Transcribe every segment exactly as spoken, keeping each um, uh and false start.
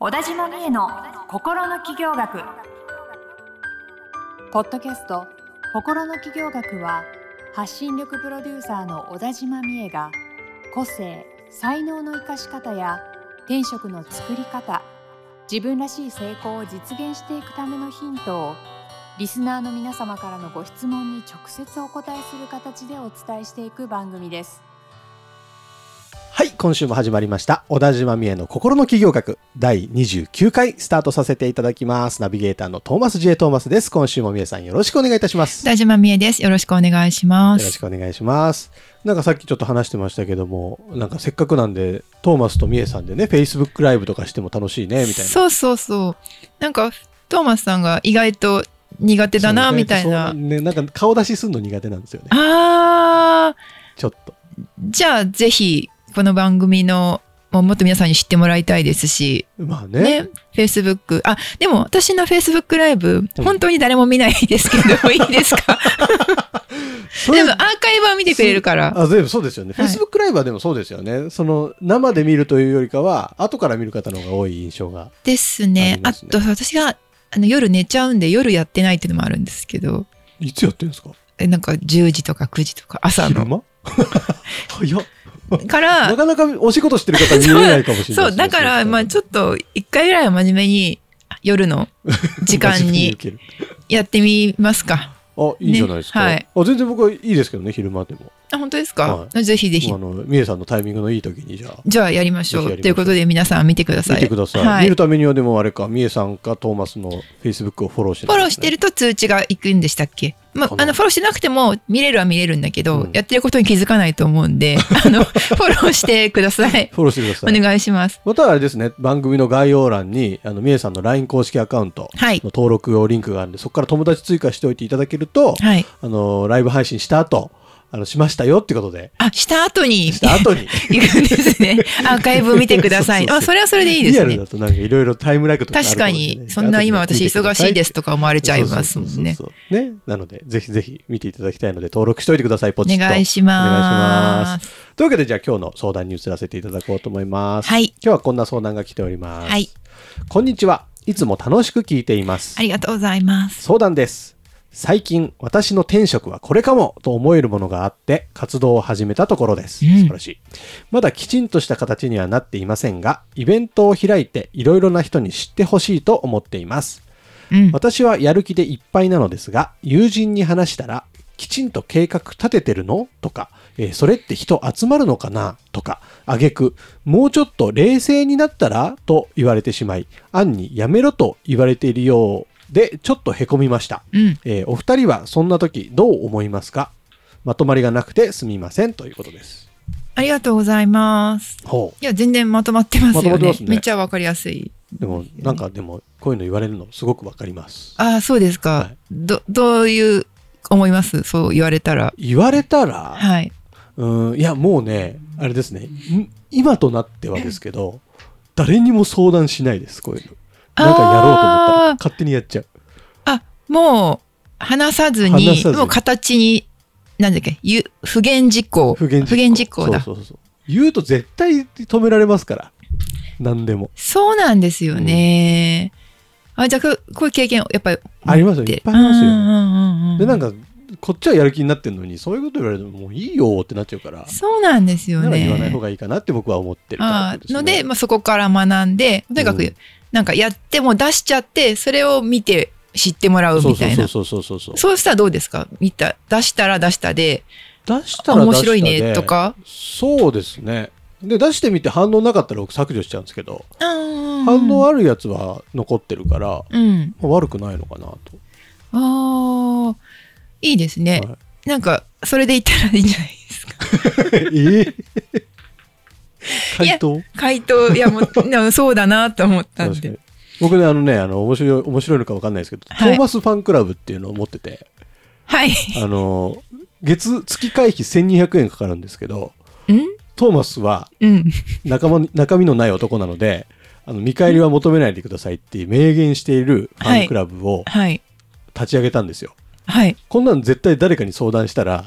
小田島美恵の心の起業学。ポッドキャスト心の起業学は、発信力プロデューサーの小田島美恵が個性、才能の生かし方や転職の作り方、自分らしい成功を実現していくためのヒントをリスナーの皆様からのご質問に直接お答えする形でお伝えしていく番組です。 はい、今週も始まりました小田島美恵の心の起業学だいにじゅうきゅうかいスタートさせていただきます。ナビゲーターのトーマス J トーマスです。今週も美恵さんよろしくお願いいたします。 小田島美恵です。よろしくお願いします。 よろしくお願いします。なんかさっきちょっと話してましたけども、なんかせっかくなんでトーマスと美恵さんでね Facebook ライブとかしても楽しいねみたいな。 そうそうそう。なんかトーマスさんが意外と苦手だなみたいな、 ね、なんか顔出しするの苦手なんですよね。 あーちょっとじゃあぜひこの番組のもっと皆さんに知ってもらいたいですし、 まあね、 ね、Facebook、あ、でも私の Facebook ライブ、うん、本当に誰も見ないですけどいいですかでもアーカイブは見てくれるから。 あ、全部そうですよね、はい、Facebook ライブはでもそうですよね。その生で見るというよりかは後から見る方の方が多い印象がですね。あと私があの夜寝ちゃうんで夜やってないっていうのもあるんですけど。 いつやってるんですか？ え、なんかじゅうじとかくじとか朝の。 昼間早っからなかなかお仕事してる方見えないかもしれないですね。 そう、だからまあちょっと一回ぐらいは真面目に夜の時間にやってみますか。 あ、いいじゃないですか、ね、はい、あ、全然僕はいいですけどね、昼間でも。 あ、本当ですか、はい、ぜひぜひ。 あの美恵さんのタイミングのいい時にじゃあじゃあやりましょうということで、皆さん見てください。 見てください、はい、見るためにはでもあれか、美恵さんかトーマスの Facebook をフォローして、ね、 フォローしてると通知が行くんでしたっけ。まあ、あのフォローしてなくても見れるは見れるんだけど、うん、やってることに気づかないと思うんであのフォローしてください。 フォローしてください。 お願いします。 またあれですね、番組の概要欄にあの美恵さんの ライン 公式アカウントの登録用リンクがあるんで、はい、そこから友達追加しておいていただけると、はい、あのライブ配信した後あのしましたよってことで、 あ、した後にした後に行くんですね。アーカイブ見てください。そうそうそう、あ、それはそれでいいですね。 リアルだとなんかいろいろタイムラグとかあるかもしれない。 確かにそんな今私忙しいですとか思われちゃいますもんね。 ね、なのでぜひぜひ見ていただきたいので登録しておいてください。ポチッとお願いします。 お願いします。というわけでじゃあ今日の相談に移らせていただこうと思います。はい。今日はこんな相談が来ております。はい。こんにちは。いつも楽しく聞いています。 ありがとうございます。 相談です。最近私の転職はこれかもと思えるものがあって活動を始めたところです、うん、素晴らしい。まだきちんとした形にはなっていませんが、イベントを開いていろいろな人に知ってほしいと思っています、うん、私はやる気でいっぱいなのですが、友人に話したらきちんと計画立ててるのとか、えー、それって人集まるのかなとか、挙句もうちょっと冷静になったらと言われてしまい、暗にやめろと言われているようでちょっとへこみました、うんえー、お二人はそんな時どう思いますか？まとまりがなくてすみませんということです。 ありがとうございます。ほう、いや全然まとまってますよ ね, まとまってますね。めっちゃわかりやすい。 でもなんかでもこういうの言われるのすごくわかります。 ああ、そうですか、はい、ど, どういう思います？そう言われたら。 言われたら、 はい、 うん、いやもうねあれですね、今となってはですけど誰にも相談しないです。こういうのなんかやろうと思ったら勝手にやっちゃう。 あ、もう話さずに、さずにもう形に何だっけ、不言実行不言実行だ。そうそうそう、言うと絶対止められますから、何でも。 そうなんですよね、うん、あ、じゃあこういう経験やっぱりありますよ。いっぱいありますよ、うんうんうん、でなんかこっちはやる気になってるのにそういうこと言われるともういいよってなっちゃうから。 そうなんですよね。 なら言わない方がいいかなって僕は思ってるからです、ね、 ので、まあ、そこから学んでとにかく、うん、なんかやっても出しちゃってそれを見て知ってもらうみたいな。 そうそうそうそうそう。 そうしたらどうですか？見た出したら出したで出したら出したで面白いねとか。 そうですね。で出してみて反応なかったら僕削除しちゃうんですけど、反応あるやつは残ってるから、うんまあ、悪くないのかなと。 ああ、いいですね、はい、なんかそれで言ったらいいんじゃないですか。 えー回答いや回答いやもうそうだなと思ったんで。 僕ねあのねあの面白い面白いのか分かんないですけど、はい、トーマスファンクラブっていうのを持ってて、 はい、 あの月月会費せんにひゃくえんかかるんですけど、んトーマスは仲間、うん、中身のない男なのであの見返りは求めないでくださいって明言しているファンクラブを立ち上げたんですよ、はいはい、こんなの絶対誰かに相談したら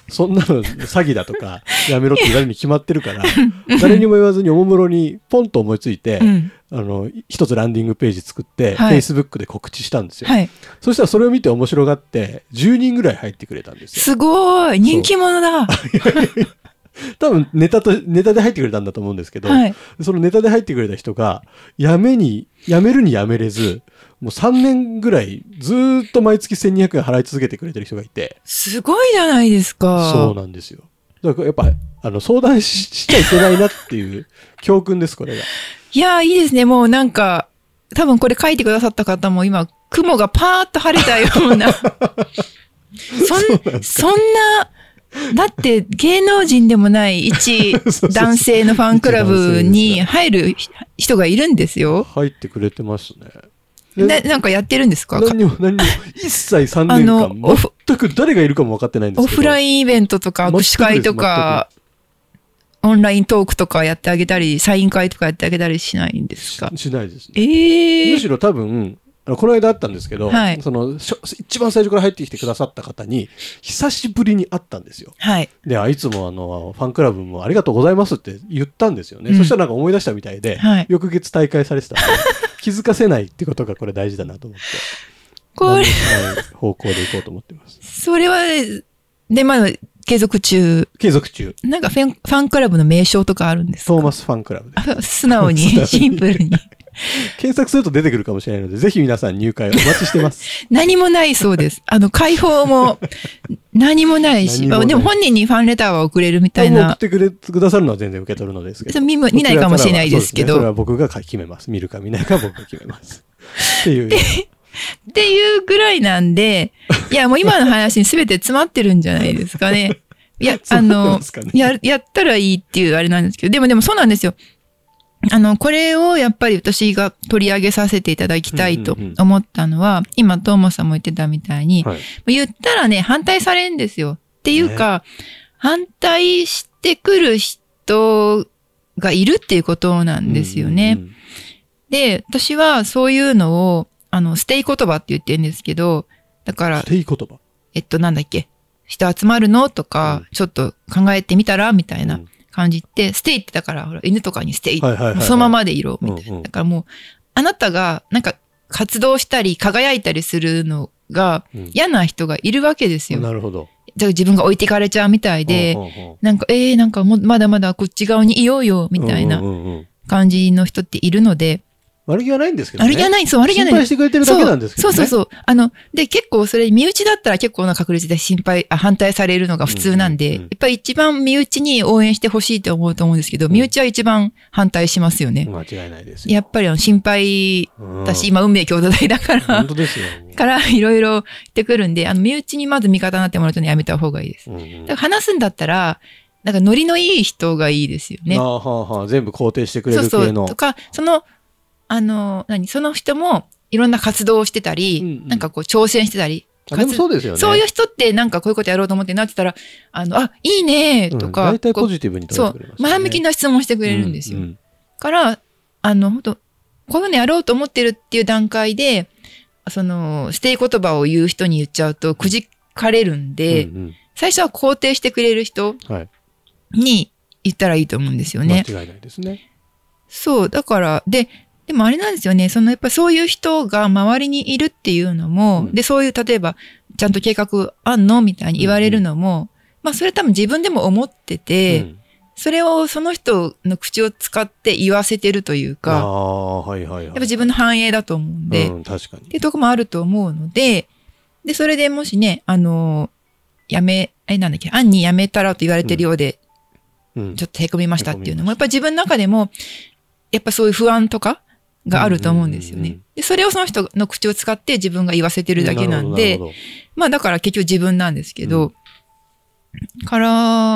そんなの詐欺だとかやめろって言われるに決まってるから誰にも言わずにおもむろにポンと思いついて、うん、あの一つランディングページ作って、はい、Facebook で告知したんですよ、はい、そしたらそれを見て面白がってじゅうにんぐらい入ってくれたんですよ。 すごい人気者だ多分ネタとネタで入ってくれたんだと思うんですけど、はい、そのネタで入ってくれた人がやめにやめるにやめれずもうさんねんぐらいずーっと毎月せんにひゃくえん払い続けてくれてる人がいて、 すごいじゃないですか。 そうなんですよ。だからやっぱあの相談 し, しちゃいけないなっていう教訓ですこれが。 いやいいですね。もうなんか多分これ書いてくださった方も今雲がパーッと晴れたようなそんそんなだって芸能人でもない一男性のファンクラブに入る人がいるんですよ。 入ってくれてますね。 な, なんかやってるんですか？ 何にも何にも一切さんねんかん全く誰がいるかも分かってないんですけど、 オフラインイベントとか握手会とかオンライントークとかやってあげたりサイン会とかやってあげたりしないんですか？ し, しないですね、 えー、 むしろ多分この間あったんですけど、はい、その一番最初から入ってきてくださった方に久しぶりに会ったんですよ、はい、であいつもあのファンクラブもありがとうございますって言ったんですよね、うん、そしたらなんか思い出したみたいで、はい、翌月大会されてたんで気づかせないってことがこれ大事だなと思ってこれ方向でいこうと思ってます。 それはでまあ継続中継続中なんかファン、ファンクラブの名称とかあるんですか？ トーマスファンクラブです。 素直にシンプルに検索すると出てくるかもしれないのでぜひ皆さん入会お待ちしてます何もないそうです。あの開放も何もないしもない。でも本人にファンレターは送れるみたいな。 送ってくれくださるのは全然受け取るのですけど見, 見ないかもしれないですけどそ, ね、それは僕が決めます。見るか見ないか僕が決めますっていうっていうぐらいなんでいやもう今の話に全て詰まってるんじゃないですかね。いやあの、ね、や, やったらいいっていうあれなんですけどでもでもそうなんですよ。あの、これをやっぱり私が取り上げさせていただきたいと思ったのは、うんうんうん、今、トーマさんも言ってたみたいに、はい、言ったらね、反対されるんですよ。っていうか、ね、反対してくる人がいるっていうことなんですよね。うんうんうん、で、私はそういうのを、あの、ステイ言葉って言ってるんですけど、だから、 ステイ言葉えっと、なんだっけ、人集まるのとか、うん、ちょっと考えてみたらみたいな。うん感じって、ステイってだから、ほら、犬とかにステイ、はいはいはいはい、そのままでいろ、みたいな、うんうん。だからもう、あなたが、なんか、活動したり、輝いたりするのが、嫌な人がいるわけですよ。 うん、なるほど。 じゃあ自分が置いていかれちゃうみたいで、うんうんうん、なんか、えー、なんかも、まだまだこっち側にいようよ、みたいな感じの人っているので、 悪気はないんですけどね。 悪気はない、そう、悪気はない。 心配してくれてるだけなんですけどね。 そうそうそう。あの、で、結構それ、身内だったら結構な確率で心配、あ反対されるのが普通なんで、うんうんうん、やっぱり一番身内に応援してほしいと思うと思うんですけど、うん、身内は一番反対しますよね。 間違いないですよ。 やっぱりあの心配だし、うん、今運命共同体だから、 本当ですよ。 からいろいろ言ってくるんで、あの、身内にまず味方になってもらうとやめた方がいいです。うんうん、だから話すんだったら、なんかノリのいい人がいいですよね。 あはあはあ、全部肯定してくれる系の。そうそう。 とか、その、あの、何その人もいろんな活動をしてたり、うんうん、なんかこう挑戦してたり。 あでもそうですよね。 そういう人ってなんかこういうことやろうと思ってなってたら、あの、あ、いいねとか。 大、う、体、ん、ポジティブに捉えてくれますね。 そう。前向きな質問してくれるんですよ。うんうん、から、あの、ほんと、こういうのやろうと思ってるっていう段階で、その、ステイ言葉を言う人に言っちゃうとくじかれるんで、うんうん、最初は肯定してくれる人に言ったらいいと思うんですよね。 間違いないですね。 そう。だから、で、でもあれなんですよね。そのやっぱそういう人が周りにいるっていうのも、うん、で、そういう例えば、ちゃんと計画あんのみたいに言われるのも、うんうん、まあそれ多分自分でも思ってて、うん、それをその人の口を使って言わせてるというか、 あ、はいはいはい、 やっぱ自分の反映だと思うんで、 うん、確かに。 っていうとこもあると思うので、で、それでもしね、あの、やめ、あれなんだっけ、案にやめたらと言われてるようで、うん、ちょっとへこみましたっていうのも、やっぱり自分の中でも、やっぱそういう不安とか、があると思うんですよね、うんうんうん。で、それをその人の口を使って自分が言わせてるだけなんで、まあだから結局自分なんですけど、うん、から、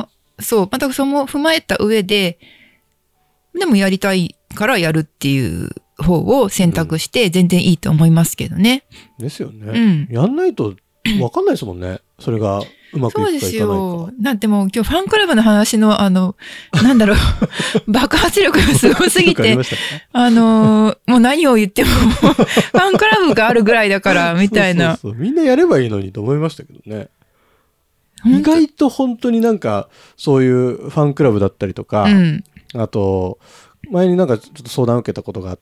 そう、またその踏まえた上で、でもやりたいからやるっていう方を選択して全然いいと思いますけどね。 うん、ですよね、うん。やんないとわかんないですもんね。それがうまくいくかいかないか。そうですよ。 なんてもう今日ファンクラブの話のあの、なんだろう、爆発力がすごすぎて、あ, あの、もう何を言っても、ファンクラブがあるぐらいだから、みたいなそうそうそう。みんなやればいいのにと思いましたけどね。 意外と本当になんかそういうファンクラブだったりとか、 うん、 あと前になんかちょっと相談を受けたことがあって、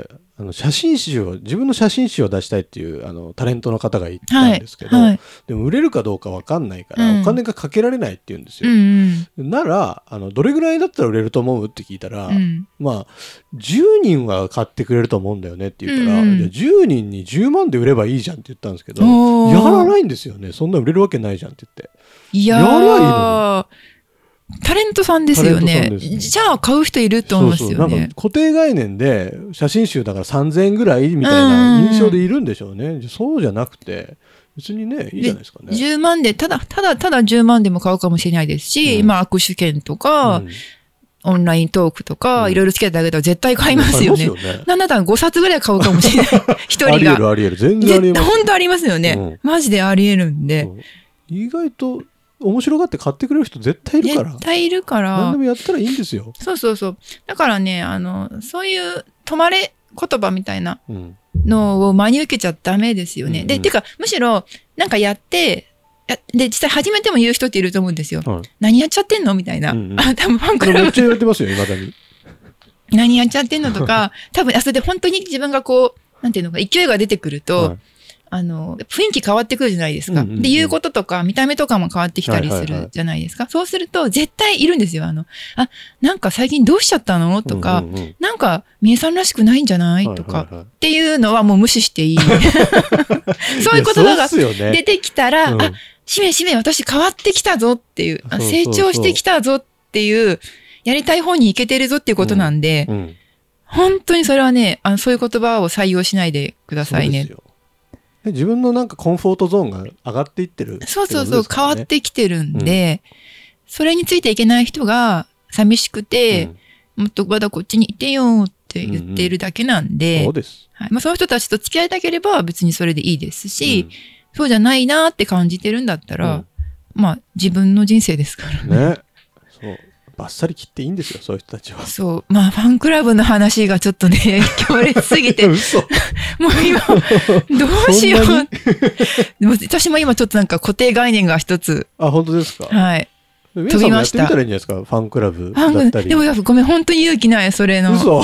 あの写真集を自分の写真集を出したいっていうあのタレントの方がいたんですけど、 はいはい、 でも売れるかどうか分かんないから、うん、お金がかけられないって言うんですよ、 うんうん、 ならあのどれぐらいだったら売れると思うって聞いたら、うん、まあじゅうにんは買ってくれると思うんだよねって言うから、うん、じゃあじゅうにんにじゅうまんで売ればいいじゃんって言ったんですけど、やらないんですよね。そんな売れるわけないじゃんって言って、 いやー、やらないのにタレントさんですよね。じゃあ買う人いると思いますよね。 そうそう、なんか固定概念で写真集だからさんぜんえんぐらいみたいな印象でいるんでしょうね。そうじゃなくて別にね、いいじゃないですかね。 じゅうまんでただただただじゅうまんでも買うかもしれないですし、うん、今握手券とか、うん、オンライントークとか、うん、いろいろつけてあげたら絶対買いますよね。うん、よね、なんだったらごさつぐらい買うかもしれない。一人が。 あり得るあり得る、全然あり得ます。 本当ありますよね、うん。マジであり得るんで。 意外と面白がって買ってくれる人絶対いるから。 絶対いるから。 何でもやったらいいんですよ。 そうそうそう。だからね、あの、そういう止まれ言葉みたいなのを真に受けちゃダメですよね。うん、で、てか、むしろ、なんかやって、やで、実際始めても言う人っていると思うんですよ。はい、何やっちゃってんのみたいな。うんうん、あ、多分ファンクラブ。 めっちゃ言われてますよ、未だに。 何やっちゃってんのとか、多分、あ、それで本当に自分がこう、なんていうのか、勢いが出てくると、はい、あの、雰囲気変わってくるじゃないですか。うんうんうん、で、言うこととか、見た目とかも変わってきたりするじゃないですか。はいはいはい、そうすると、絶対いるんですよ。あの、あ、なんか最近どうしちゃったのとか、うんうんうん、なんか、みえさんらしくないんじゃないとか、はいはいはい、っていうのはもう無視していい。そういう言葉が出てきたら、ね、うん、あ、しめしめ、私変わってきたぞっていう、あ、成長してきたぞっていう、やりたい方に行けてるぞっていうことなんで、うんうん、本当にそれはね、あの、そういう言葉を採用しないでくださいね。そうですよ。 自分のなんかコンフォートゾーンが上がっていってるってことですかね。そうそうそう、 変わってきてるんで、うん、それについていけない人が寂しくて、うん、もっとまだこっちにいてよって言っているだけなんで、うんうん、そうです。はい。まあ、その人たちと付き合いたければ別にそれでいいですし、うん、そうじゃないなって感じてるんだったら、うん、まあ自分の人生ですからね。ね。そう。バッサリ切っていいんですよ、そういう人たちは。そう。まあ、ファンクラブの話がちょっとね、強烈すぎて。嘘。もう今、どうしよう。でも私も今ちょっとなんか固定概念が一つ。 あ、本当ですか？はい。飛びました。やってみたらいいんじゃないですか、ファンクラブだったり。 でもごめん、本当に勇気ない、それの。 嘘。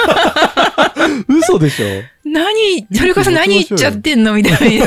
嘘でしょ。 何、それこそ何言っちゃってんのみたいな。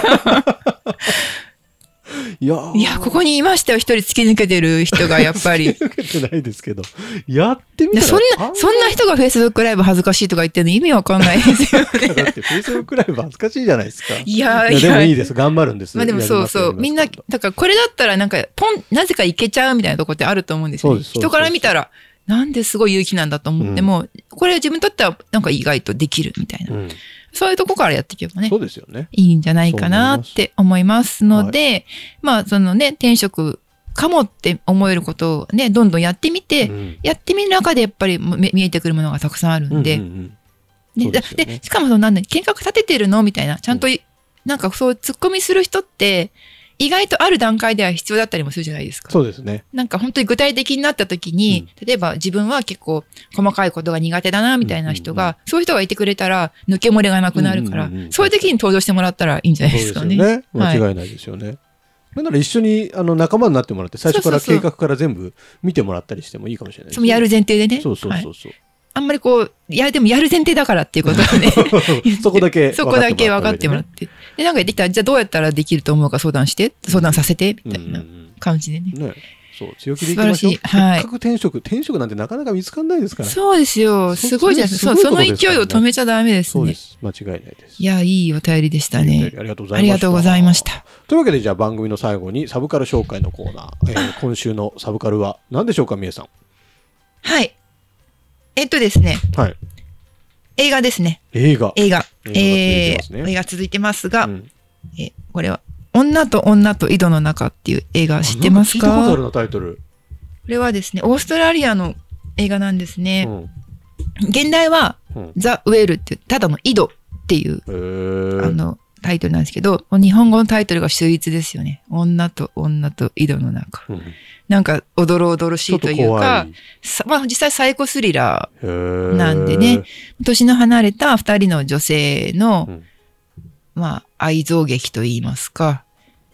いや, いやここにいましたよ、一人突き抜けてる人がやっぱり。 突き抜けてないですけど。やってみたらそんな、そんな人が Facebook ライブ恥ずかしいとか言ってるの意味わかんないですよね。 だって Facebook ライブ恥ずかしいじゃないですか。 いやいや。 いやでもいいです。頑張るんです。 まあでもそうそう。みんな、だからこれだったらなんか、ポン、なぜかいけちゃうみたいなとこってあると思うんですよ、ね。そうです。人から見たら、なんですごい勇気なんだと思っても、うん、これ自分にとってはなんか意外とできるみたいな。うん、そういうとこからやっていけばね。 そうですよね。 いいんじゃないかなって思いますので、はい、まあそのね、転職かもって思えることをね、どんどんやってみて、うん、やってみる中でやっぱり見えてくるものがたくさんあるんで。うんうんうん、で, で, でしかもそのなんだ、計画立ててるのみたいな、ちゃんと、うん、なんかそう突っ込みする人って、意外とある段階では必要だったりもするじゃないですか。 そうですね。 なんか本当に具体的になった時に、うん、例えば自分は結構細かいことが苦手だなみたいな人が、うんうんうん、そういう人がいてくれたら抜け漏れがなくなるから、うんうんうん、そういう時に登場してもらったらいいんじゃないですかね。 そうですよね。間違いないですよね。はい、だから一緒にあの仲間になってもらって、最初から計画から全部見てもらったりしてもいいかもしれないですね。 そのやる前提でね。 そうそうそうそう。はい、 あんまりこう、いや、でもやる前提だからっていうことでね。 そこだけ。 そこだけ分かってもらって。で、なんかできたら、じゃあどうやったらできると思うか相談して、相談させて、みたいな感じでね。うんうん、ね。そう、強気でいきましょう。はい。せっかく転職、転職なんてなかなか見つかんないですから。 そうですよ。すごいじゃないですか。そう、その勢いを止めちゃダメですね。 そうです。間違いないです。 いや、いいお便りでしたね。 ありがとうございました。 ありがとうございました。 というわけで、じゃあ番組の最後にサブカル紹介のコーナー。えー、今週のサブカルは何でしょうか、みえさん。 はい。えっとですね。 はい。 映画ですね。 映画。 映画。映画、ね、えー、映画続いてますが、うん、えこれは、女と女と井戸の中っていう映画知ってますか？ 聞いたことあるな、タイトル。 これはですね、オーストラリアの映画なんですね。うん、現代は、うん、ザ・ウェールっていう、ただの井戸っていう、あの、タイトルなんですけど、日本語のタイトルが秀逸ですよね。女と女と井戸の中。うん、なんか、おどろおどろしいというか、まあ実際サイコスリラーなんでね、年の離れた二人の女性の、うん、まあ愛憎劇と言いますか、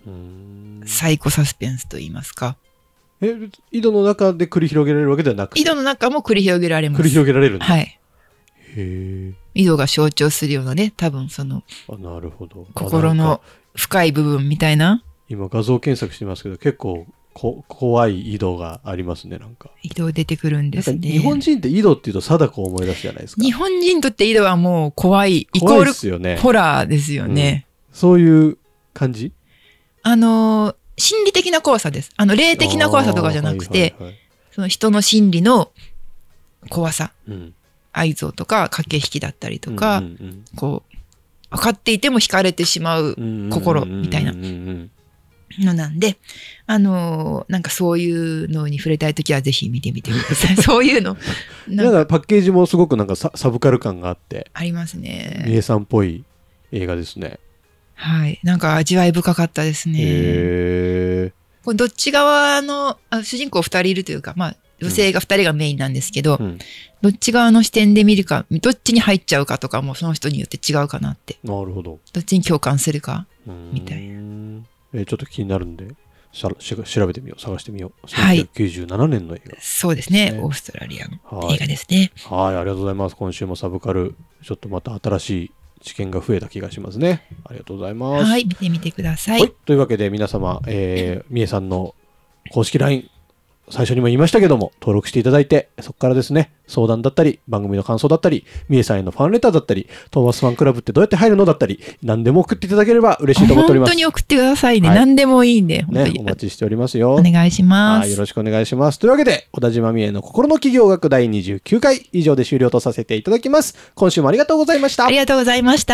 うーんサイコサスペンスと言いますか。 え、井戸の中で繰り広げられるわけではなくて、 井戸の中も繰り広げられます。 繰り広げられるんだ。 はい。 へえ。 井戸が象徴するようなね、多分そのあ、なるほど。 心のあなんか深い部分みたいな。 今画像検索してますけど、結構こ怖い井戸がありますね、なんか。 井戸出てくるんですね。 なんか日本人って井戸っていうと貞子を思い出すじゃないですか。 日本人にとって井戸はもう怖い、イコ怖いールですよね。 ホラーですよね。 そういう感じ？ あのー、心理的な怖さです。あの、霊的な怖さとかじゃなくて、 はいはいはい、 その人の心理の怖さ、 うん、 愛憎とか駆け引きだったりとか、 うんうんうん、 こう、分かっていても惹かれてしまう心みたいなのなんで、あのー、なんかそういうのに触れたいときはぜひ見てみてください。そういうの。 なんかパッケージもすごくなんか サ, サブカル感があって、 ありますね。 三重さんっぽい映画ですね。 はい。なんか味わい深かったですね。 へー。 これどっち側の、あ主人公二人いるというか、まあ、女性が二人がメインなんですけど、うん、どっち側の視点で見るか、どっちに入っちゃうかとかもその人によって違うかなって。 なるほど。 どっちに共感するか、みたいな。 えー、ちょっと気になるんで、調べてみよう、探してみよう。せんきゅうひゃくきゅうじゅうななねんの映画、ね。 そうですね。オーストラリアの映画ですね。 はい。はい、ありがとうございます。今週もサブカル、ちょっとまた新しい知見が増えた気がしますね。ありがとうございます。 はい、見てみてください。はい、 というわけで皆様、えー、みえさんの公式 ライン、最初にも言いましたけども、登録していただいて、そこからですね、相談だったり、番組の感想だったり、みえさんへのファンレターだったり、トーマスファンクラブってどうやって入るのだったり、何でも送っていただければ嬉しいと思っております。 本当に送ってくださいね。はい、何でもいいんで、本当にね、お待ちしておりますよ。 お願いします。 はい、よろしくお願いします。というわけで、小田島みえの心の企業学だいにじゅうきゅうかい以上で終了とさせていただきます。今週もありがとうございました。 ありがとうございました。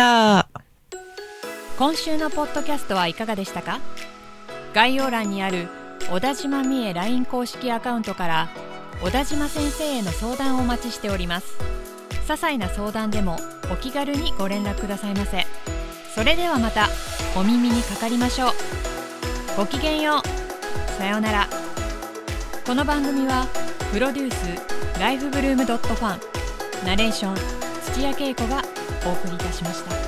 今週のポッドキャストはいかがでしたか？概要欄にある小田島みえ ライン 公式アカウントから小田島先生への相談をお待ちしております。些細な相談でもお気軽にご連絡くださいませ。それではまたお耳にかかりましょう。ごきげんよう。さようなら。この番組はプロデュースライフブルームドットファン、ナレーション土屋恵子がお送りいたしました。